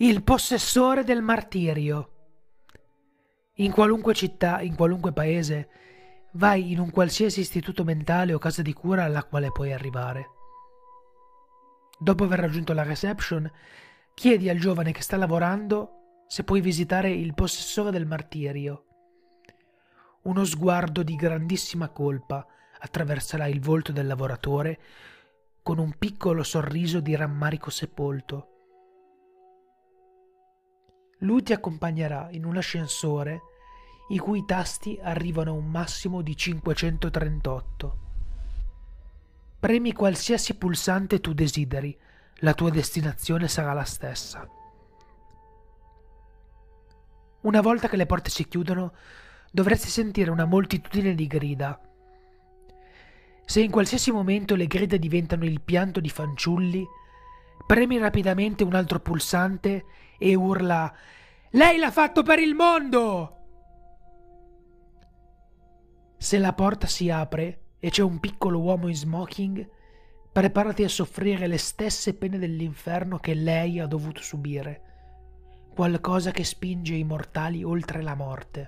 Il possessore del martirio. In qualunque città, in qualunque paese, vai in un qualsiasi istituto mentale o casa di cura alla quale puoi arrivare. Dopo aver raggiunto la reception, chiedi al giovane che sta lavorando se puoi visitare il possessore del martirio. Uno sguardo di grandissima colpa attraverserà il volto del lavoratore con un piccolo sorriso di rammarico sepolto. Lui ti accompagnerà in un ascensore i cui tasti arrivano a un massimo di 538. Premi qualsiasi pulsante tu desideri, la tua destinazione sarà la stessa. Una volta che le porte si chiudono, dovresti sentire una moltitudine di grida. Se in qualsiasi momento le grida diventano il pianto di fanciulli, premi rapidamente un altro pulsante e urla: «Lei l'ha fatto per il mondo!» Se la porta si apre e c'è un piccolo uomo in smoking, preparati a soffrire le stesse pene dell'inferno che lei ha dovuto subire, qualcosa che spinge i mortali oltre la morte.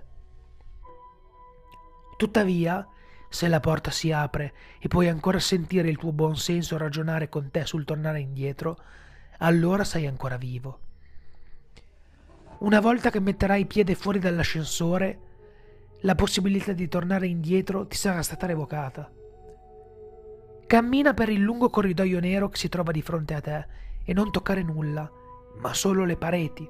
Tuttavia, se la porta si apre e puoi ancora sentire il tuo buon senso ragionare con te sul tornare indietro, allora sei ancora vivo. Una volta che metterai piede fuori dall'ascensore, la possibilità di tornare indietro ti sarà stata revocata. Cammina per il lungo corridoio nero che si trova di fronte a te e non toccare nulla, ma solo le pareti.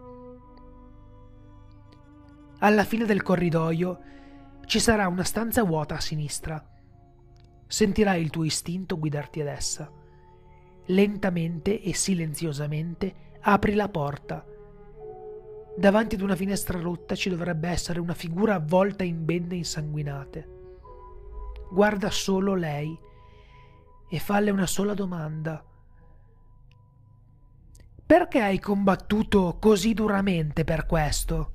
Alla fine del corridoio ci sarà una stanza vuota a sinistra. Sentirai il tuo istinto guidarti ad essa. Lentamente e silenziosamente apri la porta. Davanti ad una finestra rotta ci dovrebbe essere una figura avvolta in bende insanguinate. Guarda solo lei e falle una sola domanda. Perché hai combattuto così duramente per questo?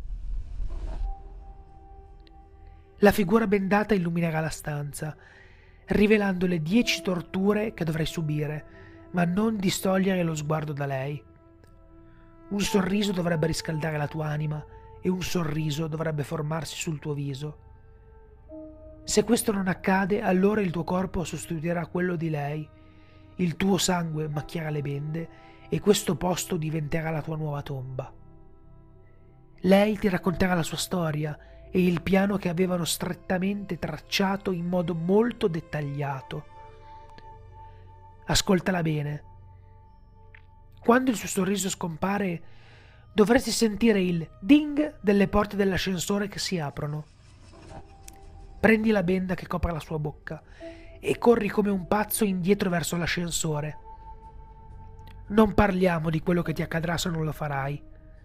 La figura bendata illuminerà la stanza, rivelando le 10 torture che dovrai subire, ma non distogliere lo sguardo da lei. Un sorriso dovrebbe riscaldare la tua anima e un sorriso dovrebbe formarsi sul tuo viso. Se questo non accade, allora il tuo corpo sostituirà quello di lei, il tuo sangue macchierà le bende e questo posto diventerà la tua nuova tomba. Lei ti racconterà la sua storia e il piano che avevano strettamente tracciato in modo molto dettagliato. Ascoltala bene. Quando il suo sorriso scompare, dovresti sentire il ding delle porte dell'ascensore che si aprono. Prendi la benda che copre la sua bocca e corri come un pazzo indietro verso l'ascensore. Non parliamo di quello che ti accadrà se non lo farai.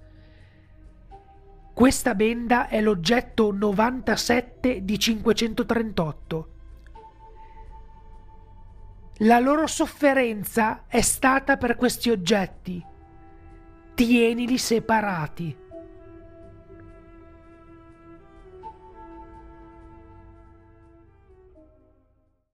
Questa benda è l'oggetto 97 di 538. La loro sofferenza è stata per questi oggetti. Tienili separati.